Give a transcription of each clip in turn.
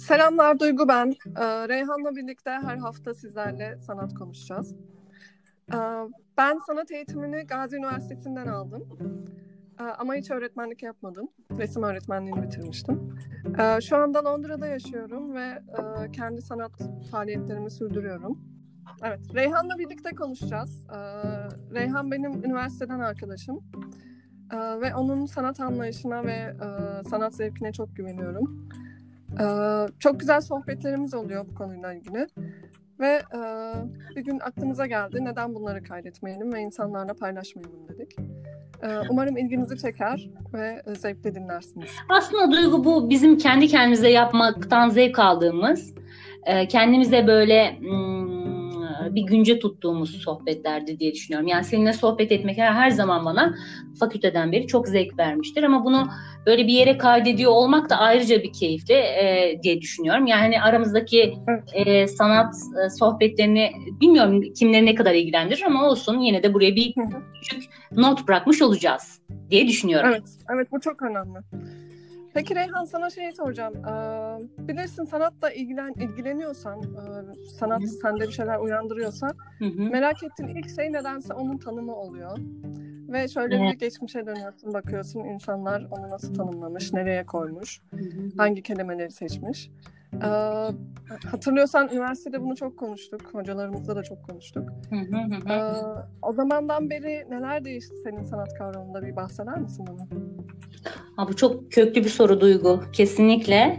Selamlar Duygu ben. Reyhan'la birlikte her hafta sizlerle sanat konuşacağız. Ee, Ben sanat eğitimini Gazi Üniversitesi'nden aldım. Ama hiç öğretmenlik yapmadım. Resim öğretmenliğini bitirmiştim. Şu anda Londra'da yaşıyorum ve kendi sanat faaliyetlerimi sürdürüyorum. Evet, Reyhan'la birlikte konuşacağız. Reyhan benim üniversiteden arkadaşım. Ve onun sanat anlayışına ve sanat zevkine çok güveniyorum. Çok güzel sohbetlerimiz oluyor bu konuyla ilgili ve bir gün aklımıza geldi neden bunları kaydetmeyelim ve insanlarla paylaşmayalım dedik. Umarım ilginizi çeker ve zevkle dinlersiniz. Aslında Duygu, bu bizim kendi kendimize yapmaktan zevk aldığımız, kendimize böyle bir günce tuttuğumuz sohbetlerdi diye düşünüyorum. Yani seninle sohbet etmek her zaman bana fakülteden beri çok zevk vermiştir. Ama bunu böyle bir yere kaydediyor olmak da ayrıca bir keyifli diye düşünüyorum. Yani aramızdaki sanat sohbetlerini bilmiyorum kimleri ne kadar ilgilendirir ama olsun, yine de buraya bir küçük not bırakmış olacağız diye düşünüyorum. Evet, bu çok önemli. Peki Reyhan, sana soracağım. Bilirsin, sanatla ilgileniyorsan, sanat sende bir şeyler uyandırıyorsa, merak ettiğin ilk şey nedense onun tanımı oluyor. Ve şöyle bir geçmişe dönüyorsun, bakıyorsun insanlar onu nasıl tanımlamış, nereye koymuş, hangi kelimeleri seçmiş. Hatırlıyorsan üniversitede bunu çok konuştuk, hocalarımızla da çok konuştuk. O zamandan beri neler değişti senin sanat kavramında, bir bahseder misin bana? Bu çok köklü bir soru Duygu. Kesinlikle.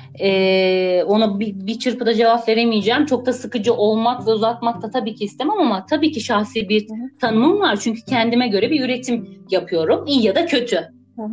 Ona bir çırpıda cevap veremeyeceğim. Çok da sıkıcı olmak ve uzatmak da tabii ki istemem ama tabii ki şahsi bir tanımım var. Çünkü kendime göre bir üretim yapıyorum. İyi ya da kötü.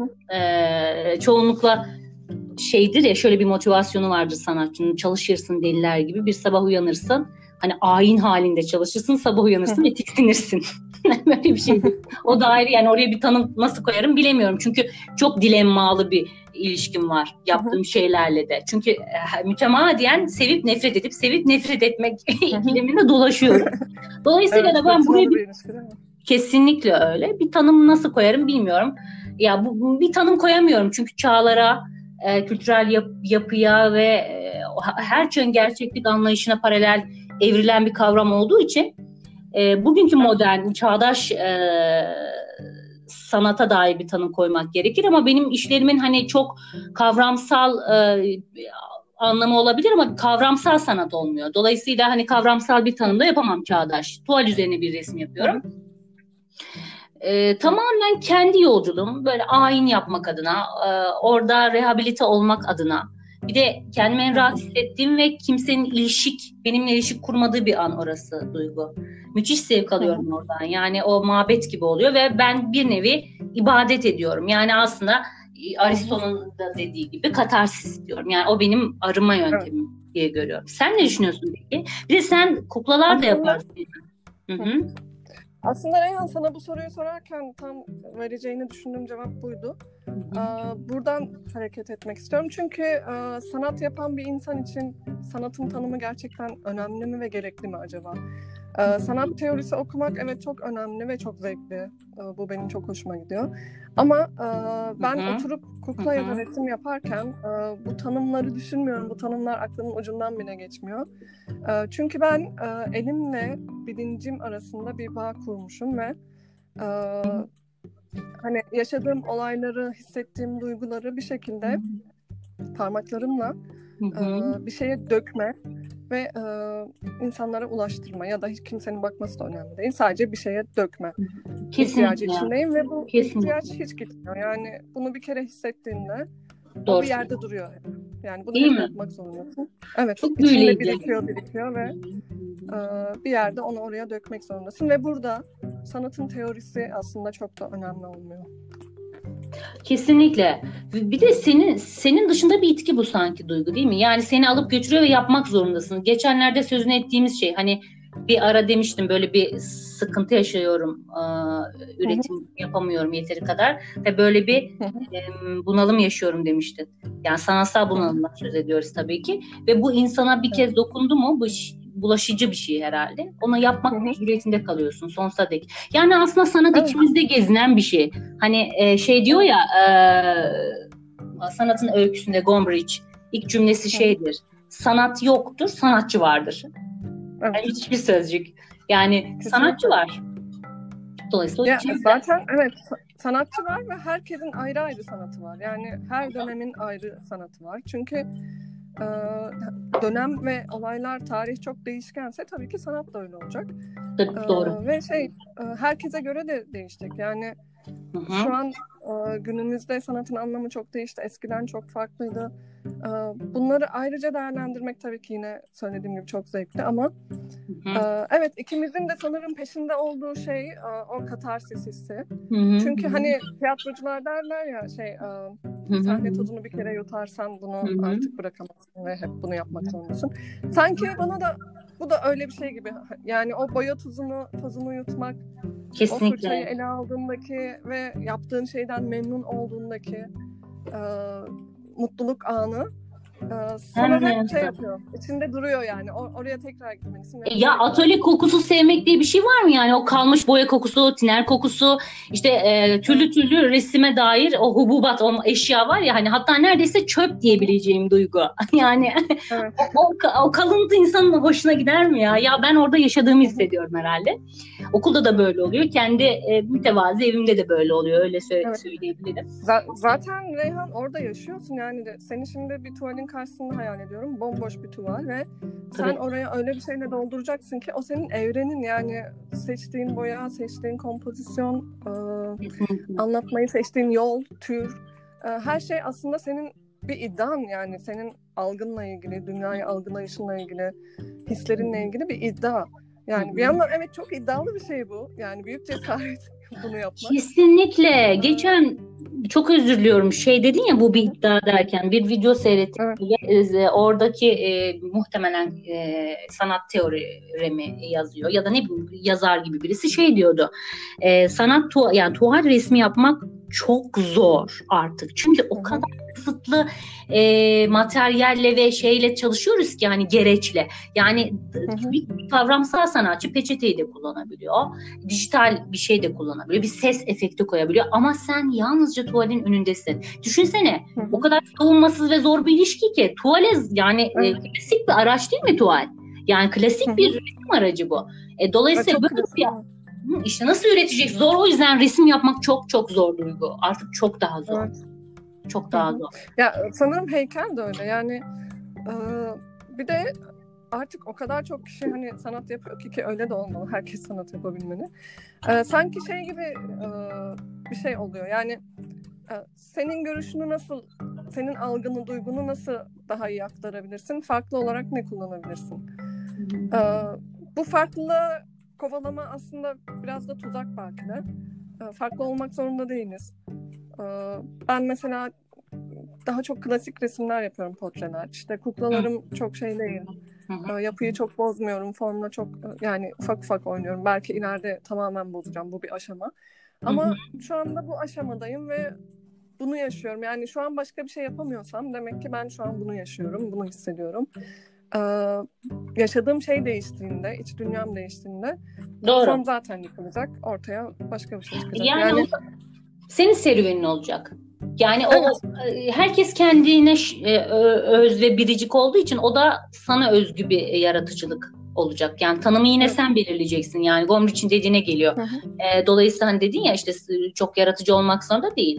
Çoğunlukla şeydir ya, şöyle bir motivasyonu vardır sanatçının. Çalışırsın deliler gibi, bir sabah uyanırsın. Hani ayin halinde çalışırsın, sabah uyanırsın ve tiksinirsin. Böyle bir şey. O da ayrı, yani oraya bir tanım nasıl koyarım bilemiyorum. Çünkü çok dilemmalı bir ilişkim var yaptığım şeylerle de. Çünkü mütemadiyen sevip nefret edip sevip nefret etmek ikileminde dolaşıyorum. Dolayısıyla da ben buraya kesinlikle öyle. Bir tanım nasıl koyarım bilmiyorum. Ya bu bir tanım koyamıyorum çünkü çağlara, kültürel yapıya ve her çağın gerçeklik anlayışına paralel evrilen bir kavram olduğu için bugünkü modern, çağdaş sanata dair bir tanım koymak gerekir ama benim işlerimin hani çok kavramsal anlamı olabilir ama kavramsal sanat olmuyor. Dolayısıyla hani kavramsal bir tanım da yapamam çağdaş. Tuval üzerine bir resim yapıyorum. Tamamen kendi yolculuğum, böyle ayin yapmak adına, orada rehabilite olmak adına. Bir de kendimi en rahat hissettiğim ve kimsenin benimle ilişik kurmadığı bir an orası Duygu. Müthiş zevk alıyorum oradan. Yani o mabet gibi oluyor ve ben bir nevi ibadet ediyorum. Yani aslında Aristo'nun da dediği gibi katarsis diyorum. Yani o benim arınma yöntemim diye görüyorum. Sen ne düşünüyorsun peki? Bir de sen kuklalar da yaparsın. Aslında Reyhan, sana bu soruyu sorarken tam vereceğini düşündüğüm cevap buydu. Buradan hareket etmek istiyorum. Çünkü sanat yapan bir insan için sanatın tanımı gerçekten önemli mi ve gerekli mi acaba? Sanat teorisi okumak evet çok önemli ve çok zevkli. Bu benim çok hoşuma gidiyor. Ama ben oturup kukla ya da resim yaparken bu tanımları düşünmüyorum. Bu tanımlar aklımın ucundan bile geçmiyor. Çünkü ben elimle bilincim arasında bir bağ kurmuşum ve hani yaşadığım olayları, hissettiğim duyguları bir şekilde parmaklarımla bir şeye dökme ve insanlara ulaştırma ya da hiç kimsenin bakması da önemli değil. Sadece bir şeye dökme ihtiyacı içindeyim ve bu ihtiyaç hiç gitmiyor. Yani bunu bir kere hissettiğinde o bir yerde duruyor. Yani bunu hep yapmak zorundasın. Evet, çok içinde birikiyor ve bir yerde onu oraya dökmek zorundasın ve burada sanatın teorisi aslında çok da önemli olmuyor. Kesinlikle. Bir de senin dışında bir itki bu sanki Duygu, değil mi? Yani seni alıp götürüyor ve yapmak zorundasın. Geçenlerde sözünü ettiğimiz şey, hani bir ara demiştim böyle bir sıkıntı yaşıyorum. Üretim yapamıyorum yeteri kadar ve böyle bir bunalım yaşıyorum demiştin. Yani sanatsal bunalımdan söz ediyoruz tabii ki. Ve bu insana bir kez dokundu mu bu bulaşıcı bir şey herhalde. Ona yapmak mecburiyetinde kalıyorsun sonsuza dek. Yani aslında sanat içimizde gezinen bir şey. Hani şey diyor ya sanatın öyküsünde Gombrich, İlk cümlesi şeydir. Sanat yoktur, sanatçı vardır. Evet. Yani hiçbir sözcük. Yani Kesinlikle. sanatçı var. Dolayısıyla Ya, zaten evet, sanatçı var ve herkesin ayrı ayrı sanatı var. Yani her dönemin ayrı sanatı var. Çünkü e, dönem ve olaylar, tarih çok değişkense tabii ki sanat da öyle olacak. tabii, doğru. Ve herkese göre de değişecek. Yani Hı-hı. şu an günümüzde sanatın anlamı çok değişti. Eskiden çok farklıydı. Bunları ayrıca değerlendirmek tabii ki yine söylediğim gibi çok zevkli ama evet, ikimizin de sanırım peşinde olduğu şey o katarsis hissi. Hı-hı. Çünkü hani tiyatrocular derler ya sahne tozunu bir kere yutarsan bunu Hı-hı. artık bırakamazsın ve hep bunu yapmak zorundasın. Sanki bana da bu da öyle bir şey gibi. Yani o boya tozunu yutmak, kesinlikle. o fırçayı ele aldığındaki ve yaptığın şeyden memnun olduğundaki mutluluk anı sana hep şey yapıyor. İçinde duruyor yani. Oraya tekrar gitmelisin. Ya atölye kokusu sevmek diye bir şey var mı yani? O kalmış boya kokusu, tiner kokusu, işte türlü türlü resime dair o hububat, o eşya var ya hani, hatta neredeyse çöp diyebileceğim duygu. Yani evet. o kalıntı insanın hoşuna gider mi ya? Ya ben orada yaşadığımı hissediyorum herhalde. Okulda da böyle oluyor. Kendi mütevazi evimde de böyle oluyor. Öyle söyleyebilirim. Zaten Reyhan orada yaşıyorsun yani. Seni şimdi bir tuvalin karşısında hayal ediyorum. Bomboş bir tuval ve sen oraya öyle bir şeyle dolduracaksın ki o senin evrenin, yani seçtiğin boya, seçtiğin kompozisyon, anlatmayı seçtiğin yol, tür, her şey aslında senin bir iddian, yani senin algınla ilgili, dünyayı algılayışınla ilgili, hislerinle ilgili bir iddia. Yani bir yandan evet çok iddialı bir şey bu. Yani büyük cesaret bunu yapmak. Kesinlikle. Geçen çok özür diliyorum. Dedin ya, bu bir iddia derken bir video seyrettim. Evet. Oradaki muhtemelen sanat teoremi yazıyor ya da ne bileyim yazar gibi birisi diyordu. Yani tuval resmi yapmak çok zor artık. Çünkü o kadar kısıtlı materyalle ve şeyle çalışıyoruz ki, hani gereçle. Yani bir kavramsal sanatçı peçeteyi de kullanabiliyor. Dijital bir şey de kullanabiliyor. Bir ses efekti koyabiliyor. Ama sen yalnızca tuvalin önündesin. Düşünsene, o kadar savunmasız ve zor bir ilişki ki. Tuvale yani klasik bir araç değil mi tuval? Yani klasik bir resim aracı bu. Dolayısıyla işte nasıl üretecek? Zor. O yüzden resim yapmak çok çok zor duygu. Artık çok daha zor. Evet. Çok daha zor. Ya sanırım heykel de öyle. Yani bir de artık o kadar çok kişi hani sanat yapıyor ki öyle de olmalı. Herkes sanat yapabilmeli. Sanki şey gibi bir şey oluyor. Yani senin görüşünü nasıl, senin algını, duygunu nasıl daha iyi aktarabilirsin? Farklı olarak ne kullanabilirsin? Bu farklılığı kovalama aslında biraz da tuzak belki de. Farklı olmak zorunda değiliz. Ben mesela daha çok klasik resimler yapıyorum, portreler. İşte kuklalarım çok şey değil. Yapıyı çok bozmuyorum. Formla çok, yani ufak ufak oynuyorum. Belki ileride tamamen bozacağım. Bu bir aşama. Ama şu anda bu aşamadayım ve bunu yaşıyorum. Yani şu an başka bir şey yapamıyorsam demek ki ben şu an bunu yaşıyorum. Bunu hissediyorum. Yaşadığım şey değiştiğinde, iç dünyam değiştiğinde form zaten yıkılacak. Ortaya başka bir şey çıkacak. Yani senin serüvenin olacak. Yani herkes kendine öz ve biricik olduğu için o da sana özgü bir yaratıcılık olacak. Yani tanımı yine sen belirleyeceksin. Yani Gombrich'in dediğine geliyor. Dolayısıyla hani dedin ya, işte çok yaratıcı olmak zorunda değil.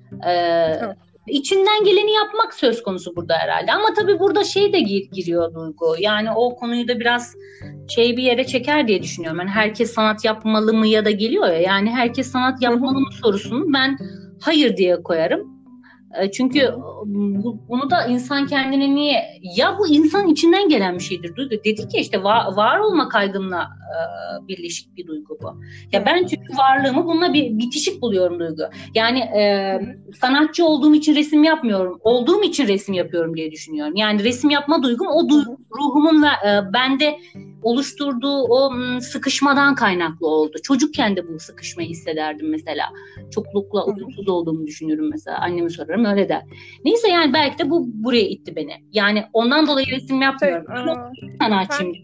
İçinden geleni yapmak söz konusu burada herhalde. Ama tabii burada de giriyor duygu. Yani o konuyu da biraz bir yere çeker diye düşünüyorum. Yani herkes sanat yapmalı mı ya da geliyor ya. Yani herkes sanat yapmalı mı sorusunu ben hayır diye koyarım. Çünkü bunu da insan kendine niye... Ya bu insan içinden gelen bir şeydir duygu. Dedik ya işte var olma kaygınla birleşik bir duygu bu. Ya ben çünkü varlığımı bununla bir bitişik buluyorum duygu. Yani sanatçı olduğum için resim yapmıyorum. Olduğum için resim yapıyorum diye düşünüyorum. Yani resim yapma duygum o ruhumun ve bende oluşturduğu o sıkışmadan kaynaklı oldu. Çocukken de bu sıkışmayı hissederdim mesela. Çoklukla uyumsuz olduğumu düşünürüm mesela. Anneme sorarım, öyle der. Neyse, yani belki de bu buraya itti beni. Yani ondan dolayı resim yapmıyorum. Sanatçıyım.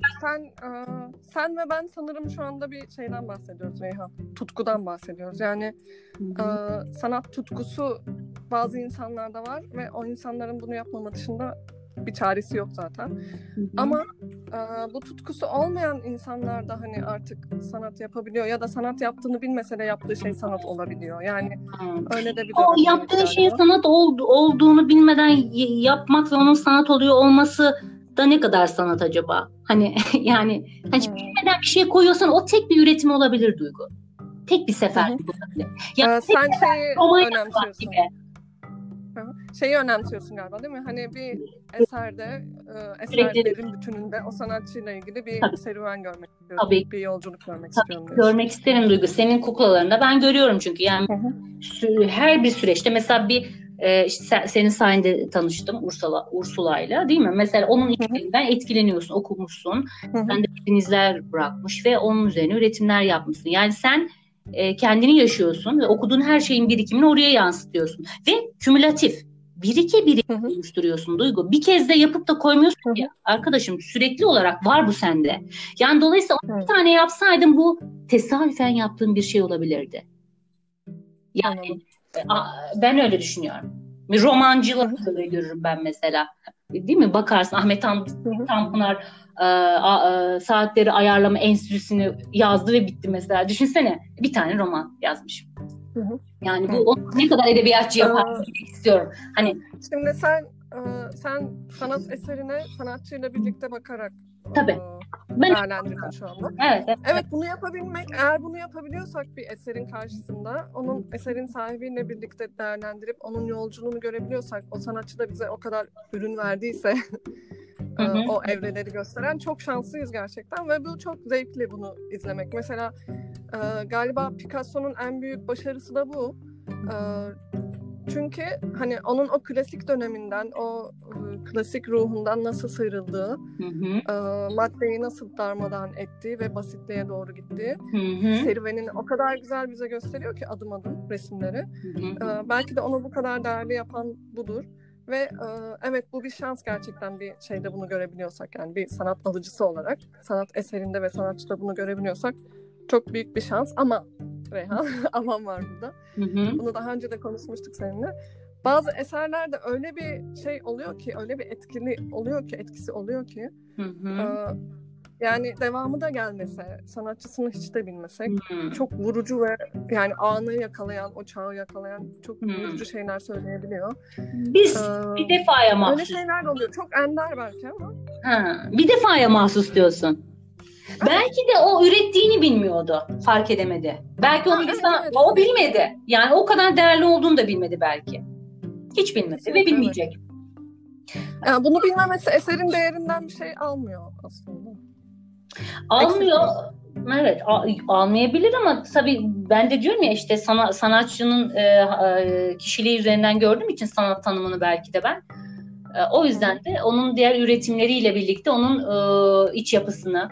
Sen ve ben sanırım şu anda bir şeyden bahsediyoruz Reyhan. Tutkudan bahsediyoruz. Yani sanat tutkusu bazı insanlarda var ve o insanların bunu yapmama dışında bir çaresi yok zaten. Hı hı. Ama bu tutkusu olmayan insanlar da hani artık sanat yapabiliyor ya da sanat yaptığını bilmese de yaptığı şey sanat olabiliyor. Yani öyle de bir O dönemdeyiz yaptığı şeyin galiba. sanat olduğunu bilmeden yapmak ve onun sanat oluyor olması da ne kadar sanat acaba? Hani yani hiç bilmeden bir şey koyuyorsan o tek bir üretim olabilir Duygu. Tek bir sefer olabilir. Yani Sen şeyi roman önemsiyorsun. gibi. Şeyi önemsiyorsun galiba değil mi? Hani bir eserde, eserlerin bütününde o sanatçıyla ilgili bir serüven görmek istiyorum. Tabii. Bir yolculuk görmek Tabii istiyorum diyorsun. görmek isterim Duygu. Senin kuklalarında ben görüyorum çünkü yani her bir süreçte mesela işte senin sayende tanıştım Ursula'yla değil mi? Mesela onun hikayesinden etkileniyorsun, okumuşsun. Sen de izler bırakmış ve onun üzerine üretimler yapmışsın. Yani sen kendini yaşıyorsun ve okuduğun her şeyin birikimini oraya yansıtıyorsun. Ve kümülatif. Birike oluşturuyorsun Duygu. Bir kez de yapıp da koymuyorsun ya. Arkadaşım sürekli olarak var bu sende. Yani dolayısıyla bir tane yapsaydın bu tesadüfen yaptığın bir şey olabilirdi. Yani ben öyle düşünüyorum. Bir romancılık öyle görürüm ben mesela. Değil mi? Bakarsın Ahmet Tanpınar Saatleri Ayarlama Enstitüsü'nü yazdı ve bitti mesela. Düşünsene bir tane roman yazmış. Yani bu ne kadar edebiyatçı yapar istiyorum. Hani şimdi sen sanat eserine sanatçıyla birlikte bakarak değerlendirdin şu anda. Evet, bunu yapabilmek, eğer bunu yapabiliyorsak bir eserin karşısında onun eserin sahibiyle birlikte değerlendirip onun yolculuğunu görebiliyorsak, o sanatçı da bize o kadar ürün verdiyse o evreleri gösteren çok şanslıyız gerçekten ve bu çok zevkli bunu izlemek. Mesela galiba Picasso'nun en büyük başarısı da bu. Çünkü hani onun o klasik döneminden, o klasik ruhundan nasıl sıyrıldığı, maddeyi nasıl darmadağın ettiği ve basitliğe doğru gittiği serüvenini o kadar güzel bize gösteriyor ki adım adım resimleri. Belki de onu bu kadar değerli yapan budur. Ve evet, bu bir şans gerçekten, bir şeyde bunu görebiliyorsak, yani bir sanat alıcısı olarak sanat eserinde ve sanatçıda bunu görebiliyorsak çok büyük bir şans. Ama Reyhan, aman var burada. Bunu daha önce de konuşmuştuk seninle. Bazı eserlerde öyle bir şey oluyor ki, öyle bir etkisi oluyor ki yani devamı da gelmese, sanatçısını hiç de bilmesek çok vurucu ve yani anı yakalayan, o çağı yakalayan çok vurucu şeyler söyleyebiliyor. Bir defaya mahsus. Öyle şeyler oluyor. Çok ender belki ama. Bir defaya mahsus diyorsun. Evet. Belki de o ürettiğini bilmiyordu, fark edemedi. Belki onu o bilmedi. Yani o kadar değerli olduğunu da bilmedi belki. Hiç bilmedi. Kesinlikle, ve bilmeyecek. Yani bunu bilmemesi eserin değerinden bir şey almıyor aslında. Almıyor. Evet, almayabilir ama tabii ben de diyorum ya, işte sanatçının kişiliği üzerinden gördüğüm için sanat tanımını belki de ben. O yüzden de onun diğer üretimleriyle birlikte onun iç yapısını,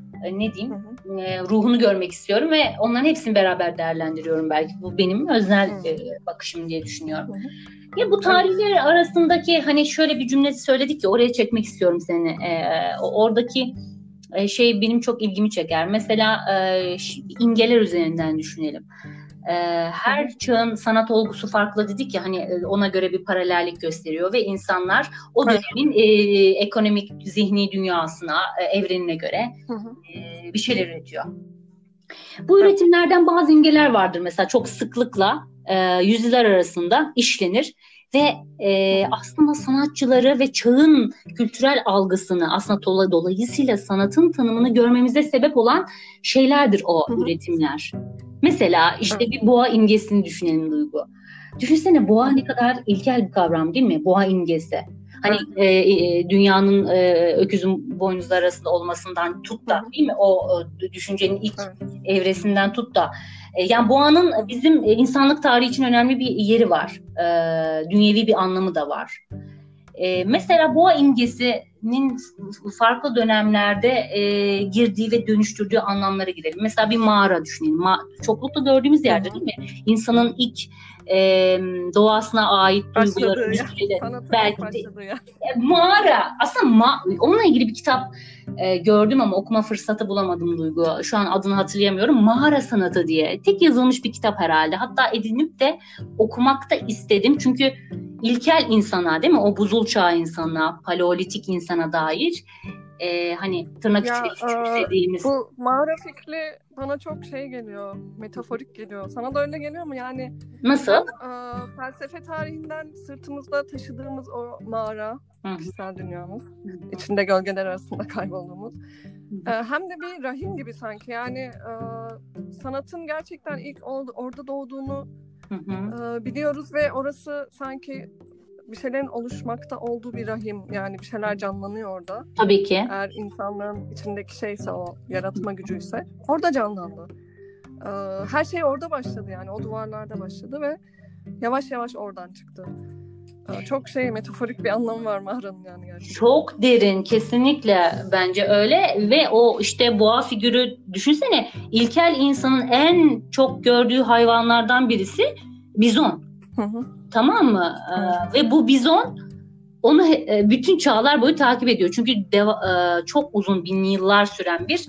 ruhunu görmek istiyorum ve onların hepsini beraber değerlendiriyorum belki. Bu benim öznel bakışım diye düşünüyorum. Ya bu tarihler arasındaki hani şöyle bir cümle söyledik ki oraya çekmek istiyorum seni. Oradaki şey benim çok ilgimi çeker. Mesela imgeler üzerinden düşünelim. Her çağın sanat olgusu farklı dedik ya, hani ona göre bir paralellik gösteriyor ve insanlar o dönemin ekonomik zihni dünyasına, evrenine göre bir şeyler üretiyor. Bu üretimlerden bazı imgeler vardır mesela, çok sıklıkla yüzyıllar arasında işlenir ve aslında sanatçıları ve çağın kültürel algısını, aslında dolayısıyla sanatın tanımını görmemize sebep olan şeylerdir o üretimler. Mesela işte bir boğa imgesini düşünelim Duygu. Düşünsene, boğa ne kadar ilkel bir kavram değil mi? Boğa imgesi. Hani dünyanın öküzün boynuzları arasında olmasından tut da, değil mi? O düşüncenin ilk evresinden tut da. Yani boğanın bizim insanlık tarihi için önemli bir yeri var. Dünyevi bir anlamı da var. Mesela boğa imgesinin farklı dönemlerde girdiği ve dönüştürdüğü anlamlara gidelim. Mesela bir mağara düşünelim. Çoklukla gördüğümüz yerde değil mi? İnsanın ilk doğasına ait duyguları, belki de mağara. Aslında onunla ilgili bir kitap gördüm ama okuma fırsatı bulamadım Duygu. Şu an adını hatırlayamıyorum. Mağara Sanatı diye. Tek yazılmış bir kitap herhalde. Hatta edinip de okumak da istedim. Çünkü ilkel insana, değil mi? O buzul çağı insanına, paleolitik insana dair hani tırnak içinde dediğimiz. Bu mağara fikri bana çok şey geliyor, metaforik geliyor. Sana da öyle geliyor mu? Yani nasıl? Felsefe tarihinden sırtımızda taşıdığımız o mağara, kişisel dünyamız, içinde gölgeler arasında kaybolduğumuz. Hem de bir rahim gibi sanki. Yani sanatın gerçekten ilk orada doğduğunu biliyoruz ve orası sanki bir şeylerin oluşmakta olduğu bir rahim. Yani bir şeyler canlanıyor orada. Tabii ki. Eğer insanlığın içindeki şeyse, o yaratma gücüyse orada canlandı. Her şey orada başladı, yani o duvarlarda başladı ve yavaş yavaş oradan çıktı. Çok metaforik bir anlamı var mağaranın yani gerçekten. Çok derin, kesinlikle bence öyle ve o işte boğa figürü düşünsene, ilkel insanın en çok gördüğü hayvanlardan birisi bizon. Tamam mı? Ve bu bizon onu bütün boyu takip ediyor. Çünkü çok uzun binli yıllar süren bir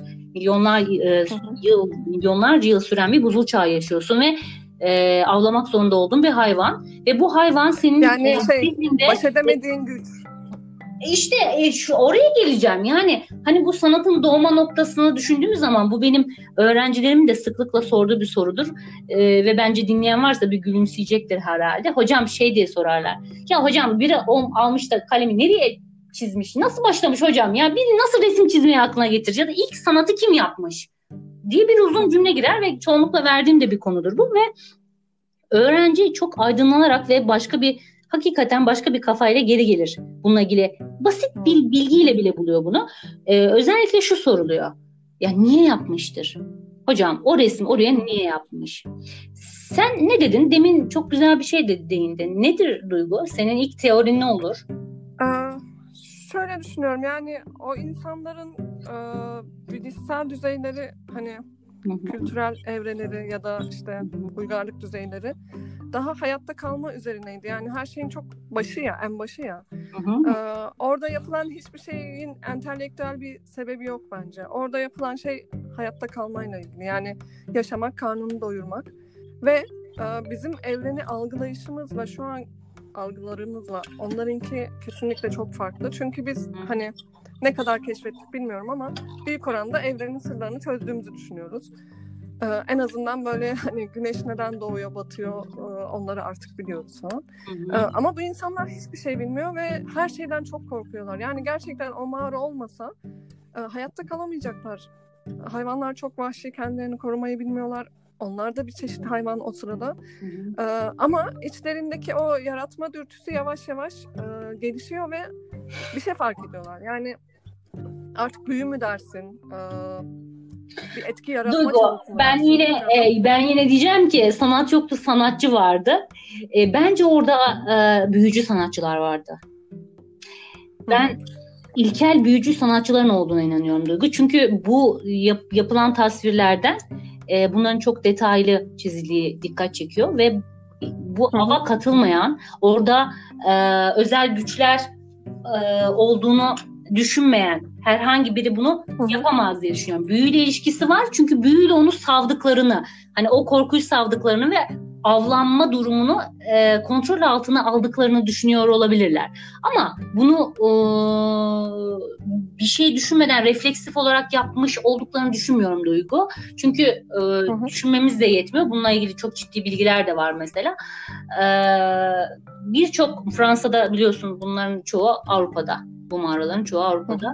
milyonlarca yıl süren bir buzul çağı yaşıyorsun ve avlamak zorunda olduğun bir hayvan ve bu hayvan senin yani baş edemediğin güç. İşte oraya geleceğim. Yani hani bu sanatın doğma noktasını düşündüğümüz zaman, bu benim öğrencilerimin de sıklıkla sorduğu bir sorudur. Ve bence dinleyen varsa bir gülümseyecektir herhalde. Hocam diye sorarlar. Ya hocam biri almış da kalemi nereye çizmiş? Nasıl başlamış hocam? Ya biri nasıl resim çizmeyi aklına getirecek? Ya da ilk sanatı kim yapmış? Diye bir uzun cümle girer ve çoğunlukla verdiğim de bir konudur bu ve öğrenci çok aydınlanarak ve hakikaten başka bir kafayla geri gelir. Bununla ilgili basit bir bilgiyle bile buluyor bunu. Özellikle şu soruluyor. Ya niye yapmıştır? Hocam o resim oraya niye yapmış? Sen ne dedin? Demin çok güzel bir şey değindin. Nedir Duygu? Senin ilk teorin ne olur? Şöyle düşünüyorum, yani o insanların bilişsel düzeyleri, hani kültürel evreleri ya da işte uygarlık düzeyleri daha hayatta kalma üzerineydi. Yani her şeyin çok en başı ya. Orada yapılan hiçbir şeyin entelektüel bir sebebi yok bence. Orada yapılan şey hayatta kalmayla ilgili. Yani yaşamak, karnını doyurmak ve bizim evreni algılayışımızla şu an algılarımızla onlarınki kesinlikle çok farklı. Çünkü biz hani ne kadar keşfettik bilmiyorum ama büyük oranda evrenin sırlarını çözdüğümüzü düşünüyoruz. En azından böyle hani güneş neden doğuyor, batıyor, onları artık biliyoruz falan. Ama bu insanlar hiçbir şey bilmiyor ve her şeyden çok korkuyorlar. Yani gerçekten o mağara olmasa hayatta kalamayacaklar. Hayvanlar çok vahşi, kendilerini korumayı bilmiyorlar. Onlar da bir çeşit hayvan o sırada. Ama içlerindeki o yaratma dürtüsü yavaş yavaş gelişiyor ve bir şey fark ediyorlar. Yani artık büyü mü dersin? Bir etki yaratma çalışması. Ben yine diyeceğim ki sanat yoktu, sanatçı vardı. Bence orada büyücü sanatçılar vardı. Ben ilkel büyücü sanatçıların olduğuna inanıyorum Duygu. Çünkü bu yapılan tasvirlerden bunların çok detaylı çizildiği dikkat çekiyor ve bu ava katılmayan, orada özel güçler olduğunu düşünmeyen herhangi biri bunu yapamaz diye düşünüyorum. Büyüyle ilişkisi var çünkü büyüyle onu savdıklarını, hani o korkuyu savdıklarını ve avlanma durumunu kontrol altına aldıklarını düşünüyor olabilirler. Ama bunu bir şey düşünmeden refleksif olarak yapmış olduklarını düşünmüyorum Duygu. Çünkü düşünmemiz de yetmiyor. Bununla ilgili çok ciddi bilgiler de var mesela. Birçok Fransa'da biliyorsun bunların çoğu Avrupa'da. Bu mağaraların çoğu Avrupa'da.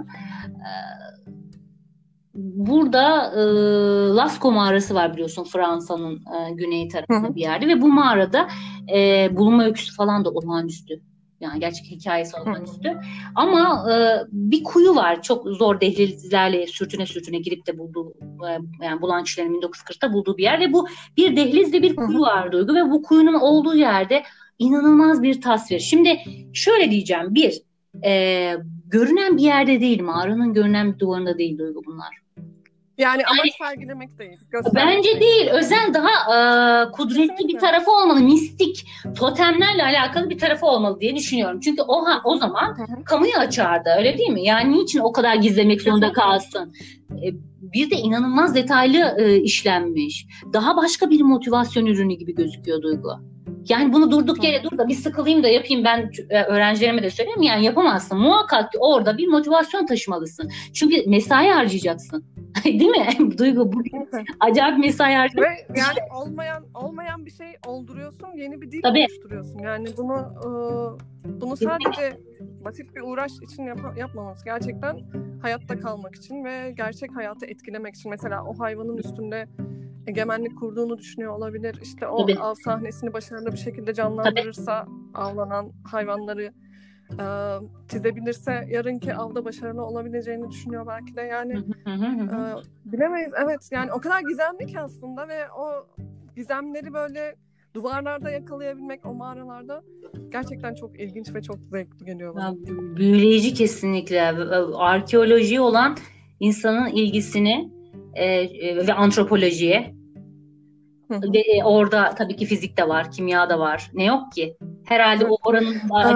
Burada Lascaux mağarası var biliyorsun, Fransa'nın güney tarafında bir yerde ve bu mağarada bulunma öyküsü falan da olağanüstü. Yani gerçek hikayesi olağanüstü. Ama bir kuyu var. Çok zor dehlizlerle sürtüne girip de bulduğu, yani bulan kişilerin 1940'ta bulduğu bir yer ve bu bir dehlizle bir kuyu var Duygu ve bu kuyunun olduğu yerde inanılmaz bir tasvir. Şimdi şöyle diyeceğim. Görünen bir yerde değil, mağaranın görünen bir duvarında değil Duygu bunlar. Yani amaç sergilemek değil. Bence değil. Özel daha kudretli bir tarafı olmalı. Mistik, totemlerle alakalı bir tarafı olmalı diye düşünüyorum. Çünkü o zaman kamuya açardı. Öyle değil mi? Yani niçin o kadar gizlemek zorunda kalsın? Bir de inanılmaz detaylı işlenmiş. Daha başka bir motivasyon ürünü gibi gözüküyor Duygu. Yani bunu durduk yere dur da bir sıkılayım da yapayım, ben öğrencilerime de söylüyorum, yani yapamazsın. Muhakkak ki orada bir motivasyon taşımalısın. Çünkü mesai harcayacaksın. Değil mi? Duygu, bu acayip mesai harcayacaksın. Ve yani olmayan bir şey olduruyorsun, yeni bir dil Tabii. oluşturuyorsun. Yani bunu sadece basit bir uğraş için yapmaması, gerçekten hayatta kalmak için ve gerçek hayatı etkilemek için. Mesela o hayvanın üstünde egemenlik kurduğunu düşünüyor olabilir. İşte o Tabii. av sahnesini başarılı bir şekilde canlandırırsa, avlanan hayvanları çizebilirse yarınki avda başarılı olabileceğini düşünüyor belki de. Yani bilemeyiz. Evet, yani o kadar gizemli ki aslında ve o gizemleri böyle duvarlarda yakalayabilmek, o mağaralarda gerçekten çok ilginç ve çok zevkli geliyor bana. Büyüleyici kesinlikle. Arkeolojiye olan insanın ilgisini ve antropolojiye ve orada tabii ki fizik de var, kimya da var. Ne yok ki? Herhalde o oranın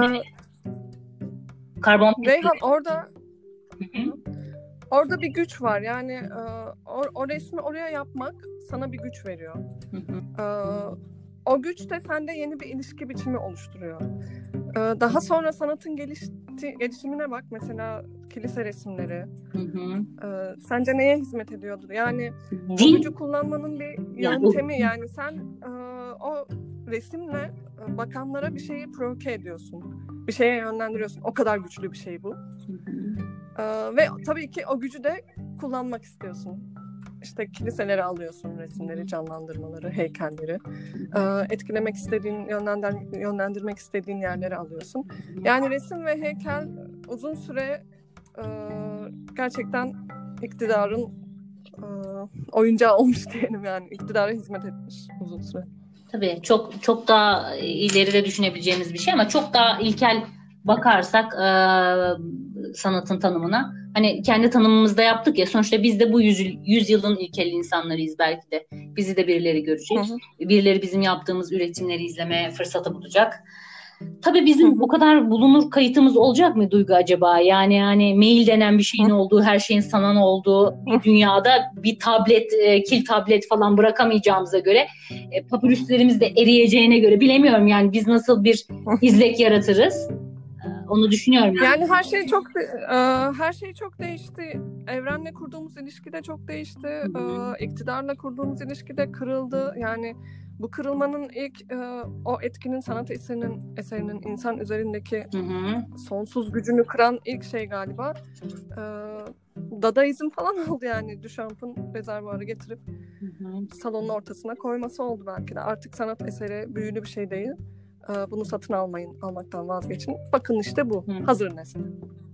karbon. Reyhan, orada bir güç var. Yani o resmi oraya yapmak sana bir güç veriyor. O güç de sende yeni bir ilişki biçimi oluşturuyor. Daha sonra sanatın gelişimine bak. Mesela kilise resimleri. Sence neye hizmet ediyordur? Yani o gücü kullanmanın bir yöntemi. Yani sen o resimle bakanlara bir şeyi provoke ediyorsun. Bir şeye yönlendiriyorsun. O kadar güçlü bir şey bu. Ve tabii ki o gücü de kullanmak istiyorsun. İşte kiliseleri alıyorsun, resimleri, canlandırmaları, heykelleri. Etkilemek istediğin, yönlendirmek istediğin yerlere alıyorsun. Yani resim ve heykel uzun süre gerçekten iktidarın oyuncağı olmuş diyelim, yani iktidara hizmet etmiş uzun süre. Tabii çok daha ileride düşünebileceğimiz bir şey ama çok daha ilkel bakarsak sanatın tanımına, hani kendi tanımımızda yaptık ya, sonuçta biz de bu yüzyılın ilkel insanlarıyız belki de. Bizi de birileri görecek. Birileri bizim yaptığımız üretimleri izleme fırsatı bulacak. Tabii bizim bu kadar bulunur kayıtımız olacak mı Duygu acaba? Yani mail denen bir şeyin olduğu, her şeyin sanal olduğu bir dünyada bir tablet, kil tablet falan bırakamayacağımıza göre, papirüslerimiz de eriyeceğine göre bilemiyorum yani biz nasıl bir izlek yaratırız? Onu düşünüyorum. Yani her şey çok değişti. Evrenle kurduğumuz ilişki de çok değişti. İktidarla kurduğumuz ilişki de kırıldı. Yani bu kırılmanın ilk o etkinin, sanat eserinin insan üzerindeki sonsuz gücünü kıran ilk şey galiba Dadaizm falan oldu yani. Duchamp'ın rezervuarı getirip salonun ortasına koyması oldu belki de. Artık sanat eseri büyülü bir şey değil. Bunu satın almaktan vazgeçin. Bakın işte bu. Hazır nesne.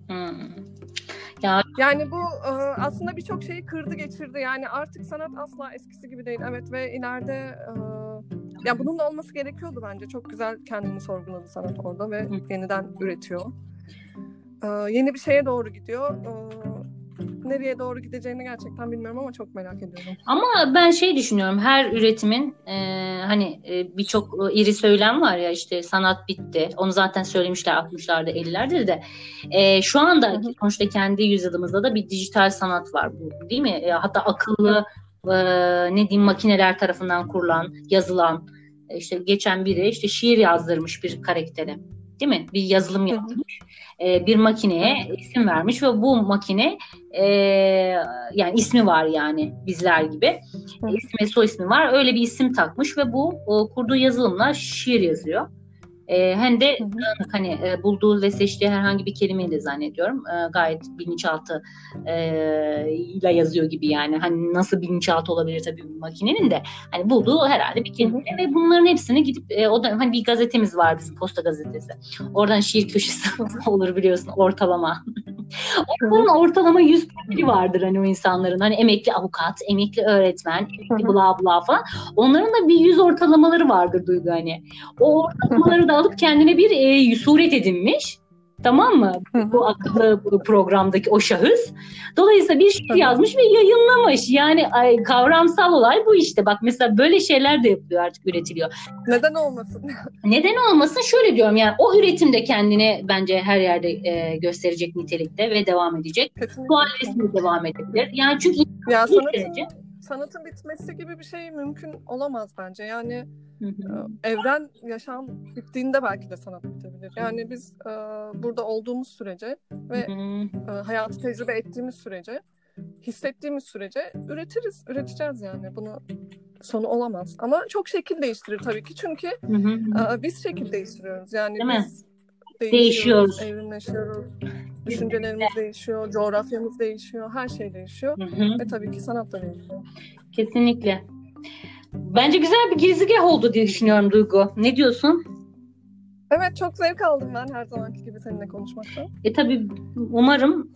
Yani bu aslında birçok şeyi kırdı geçirdi. Yani artık sanat asla eskisi gibi değil. Evet, ve ileride ya bunun da olması gerekiyordu bence. Çok güzel kendini sorguladı sanat orada ve yeniden üretiyor. Yeni bir şeye doğru gidiyor. Nereye doğru gideceğini gerçekten bilmiyorum ama çok merak ediyorum. Ama ben düşünüyorum, her üretimin birçok iri söylem var ya, işte sanat bitti. Onu zaten söylemişler 60'larda 50'lerde de. Şu anda sonuçta kendi yüzyılımızda da bir dijital sanat var, bu değil mi? Hatta akıllı makineler tarafından kurulan, yazılan, işte geçen biri şiir yazdırmış bir karaktere. Değil mi? Bir yazılım yapmış. Bir makineye isim vermiş ve bu makine yani ismi var, yani bizler gibi. İsmi, soy ismi var. Öyle bir isim takmış ve bu kurduğu yazılımla şiir yazıyor. Hem de bulduğu ve seçtiği herhangi bir kelimeyi de zannediyorum gayet bilinçaltı ile yazıyor gibi, yani hani nasıl bilinçaltı olabilir tabii bir makinenin de, hani bulduğu herhalde bir kelime ve bunların hepsini gidip o da hani bir gazetemiz var bizim, Posta Gazetesi, oradan şiir köşesi olur biliyorsun, ortalama. Ortalama 100 profili vardır hani o insanların, hani emekli avukat, emekli öğretmen, emekli bla bla falan, onların da bir 100 ortalamaları vardır Duygu, hani o ortalamaları da alıp kendine bir suret edinmiş, tamam mı? Bu akıllı programdaki o şahıs. Dolayısıyla bir şiir yazmış ve yayınlamış. Yani kavramsal olay bu işte. Bak mesela böyle şeyler de yapılıyor, artık üretiliyor. Neden olmasın? Neden olmasın? Şöyle diyorum, yani o üretim de kendini bence her yerde gösterecek nitelikte ve devam edecek. Bu ailesinde devam edebilir. Yani çünkü sanatın bitmesi gibi bir şey mümkün olamaz bence. Yani Hı hı. evren, yaşam bittiğinde belki de sanat bitebilir. Yani biz burada olduğumuz sürece ve Hı hı. hayatı tecrübe ettiğimiz sürece, hissettiğimiz sürece üreteceğiz yani. Bunu sonu olamaz. Ama çok şekil değiştirir tabii ki. Çünkü Hı hı. biz şekil değiştiriyoruz. Yani Değil mi? biz değişiyoruz, Değişiyoruz. evrimleşiyoruz. Kesinlikle. Düşüncelerimiz değişiyor, coğrafyamız değişiyor, her şey değişiyor. Hı hı. Ve tabii ki sanat da değişiyor. Kesinlikle. Bence güzel bir girizgah oldu diye düşünüyorum Duygu. Ne diyorsun? Evet, çok zevk aldım ben her zamanki gibi seninle konuşmaktan. Tabii umarım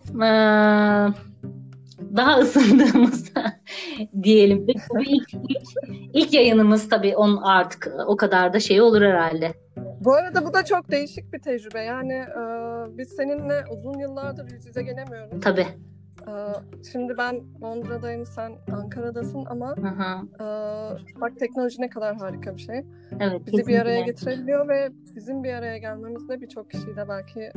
daha ısındığımız diyelim. Bu ilk yayınımız tabii onun artık o kadar da şey olur herhalde. Bu arada bu da çok değişik bir tecrübe. Yani biz seninle uzun yıllardır yüz yüze gelemiyoruz. Tabii. Şimdi ben Londra'dayım, sen Ankara'dasın ama Hı hı. bak teknoloji ne kadar harika bir şey. Evet, Bizi bir araya kesinlikle. getirebiliyor ve bizim bir araya gelmemizle birçok kişiyi de belki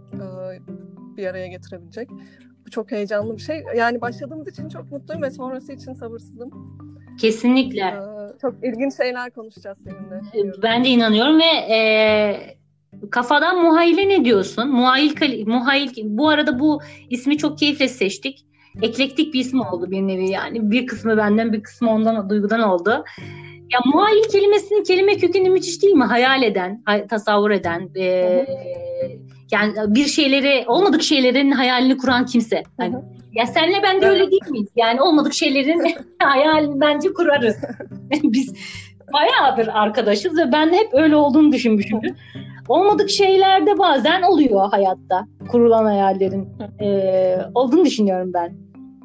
bir araya getirebilecek. Bu çok heyecanlı bir şey. Yani başladığımız için çok mutluyum ve sonrası için sabırsızım. Kesinlikle. Çok ilginç şeyler konuşacağız seninle. Ben de inanıyorum ve kafadan muhayyile ne diyorsun? Muhayyil bu arada bu ismi çok keyifle seçtik. Eklektik bir isim oldu bir nevi yani. Bir kısmı benden, bir kısmı ondan, Duygu'dan oldu. Ya muhayyil kelimesinin kelime kökeni müthiş değil mi? Hayal eden, tasavvur eden, yani bir şeyleri, olmadık şeylerin hayalini kuran kimse. Yani, ya senle ben de öyle değil miyiz? Yani olmadık şeylerin hayalini bence kurarız. Biz bayağıdır arkadaşız ve ben hep öyle olduğunu düşünmüşümdür. Olmadık şeylerde bazen oluyor hayatta kurulan hayallerin olduğunu düşünüyorum ben.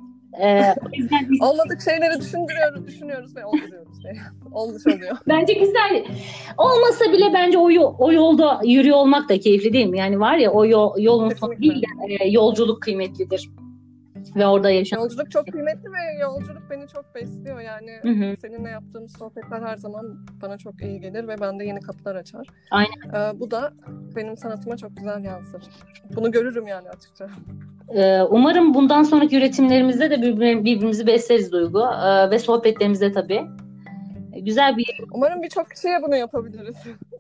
O yüzden olmadık şeyleri düşünüyoruz ve olduruyoruz. Olmuş oluyor. Bence güzel. Olmasa bile bence o yolda yürüyor olmak da keyifli değil mi? Yani var ya o yolun sonu değil de yolculuk kıymetlidir. Ve orada yaşamak. Yolculuk çok kıymetli ve yolculuk beni çok besliyor. Yani Hı-hı. seninle yaptığımız sohbetler her zaman bana çok iyi gelir ve bende yeni kapılar açar. Aynen. Bu da benim sanatıma çok güzel yansır. Bunu görürüm yani açıkça. Umarım bundan sonraki üretimlerimizde de birbirimizi besleriz Duygu. Ve sohbetlerimizde tabii. Güzel bir... Umarım birçok kişiye bunu yapabiliriz.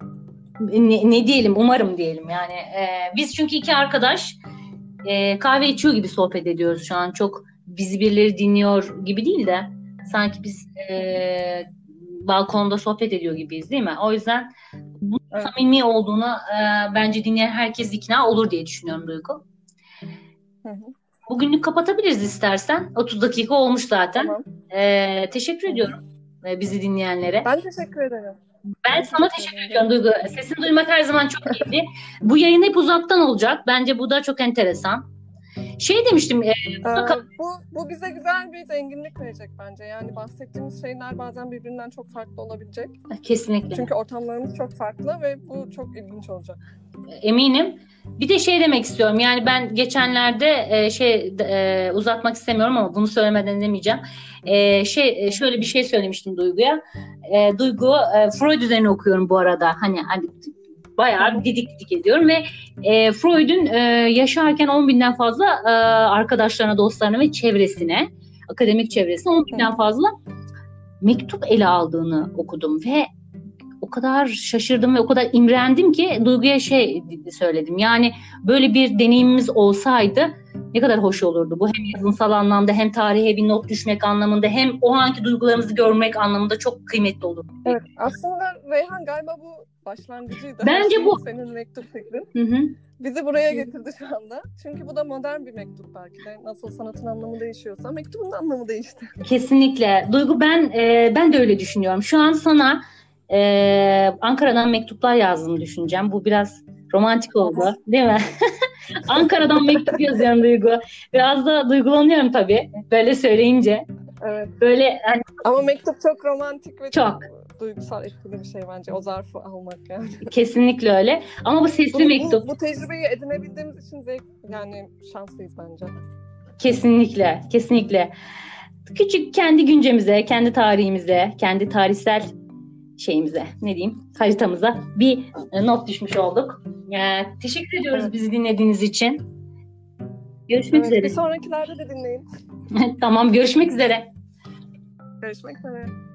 Ne diyelim? Umarım diyelim. Yani biz çünkü iki arkadaş kahve içiyor gibi sohbet ediyoruz şu an. Çok bizi birileri dinliyor gibi değil de sanki biz balkonda sohbet ediyor gibiyiz değil mi? O yüzden bu samimi olduğunu bence dinleyen herkes ikna olur diye düşünüyorum Duygu. Hı. Bugünlük kapatabiliriz istersen. 30 dakika olmuş zaten. Tamam. Teşekkür ediyorum bizi dinleyenlere. Ben teşekkür ederim. Ben sana teşekkür ediyorum Duygu. Sesini duymak her zaman çok keyifli. Bu yayın hep uzaktan olacak. Bence bu da çok enteresan. Şey demiştim. Bu bize güzel bir zenginlik verecek bence. Yani bahsettiğimiz şeyler bazen birbirinden çok farklı olabilecek. Kesinlikle. Çünkü ortamlarımız çok farklı ve bu çok ilginç olacak. Eminim. Bir de şey demek istiyorum. Yani ben geçenlerde uzatmak istemiyorum ama bunu söylemeden demeyeceğim. Şöyle bir şey söylemiştim Duygu'ya. Duygu, Freud üzerine okuyorum bu arada. Hani bayağı didik ediyorum ve Freud'un yaşarken 10.000'den fazla arkadaşlarına, dostlarına ve çevresine, akademik çevresine 10.000'den fazla mektup ele aldığını okudum ve o kadar şaşırdım ve o kadar imrendim ki Duygu'ya söyledim. Yani böyle bir deneyimimiz olsaydı ne kadar hoş olurdu. Bu hem yazınsal anlamda hem tarihe bir not düşmek anlamında hem o anki duygularımızı görmek anlamında çok kıymetli olur. Evet, aslında Reyhan galiba bu başlangıcıydı. Bence bu. Senin mektup fikrin. Hı. Bizi buraya getirdi şu anda. Çünkü bu da modern bir mektup belki de. Nasıl sanatın anlamı değişiyorsa mektubun anlamı değişti. Kesinlikle. Duygu ben de öyle düşünüyorum. Şu an sana Ankara'dan mektuplar yazdığımı düşüneceğim. Bu biraz romantik oldu, değil mi? Ankara'dan mektup yazıyorum Duygu. Biraz da duygulanıyorum tabii. Böyle söyleyince. Evet. Böyle hani... Ama mektup çok romantik ve çok duygusal etkili bir şey bence. O zarfı almak yani. Kesinlikle öyle. Ama bu sesli mektup. Bu tecrübeyi edinebildiğimiz için yani şanslıyız bence. Kesinlikle, kesinlikle. Küçük kendi güncemize, kendi tarihimize, kendi tarihsel haritamıza bir not düşmüş olduk. Teşekkür ediyoruz bizi dinlediğiniz için. Görüşmek üzere. Bir sonrakilerde de dinleyin. Tamam, görüşmek üzere. Görüşmek üzere.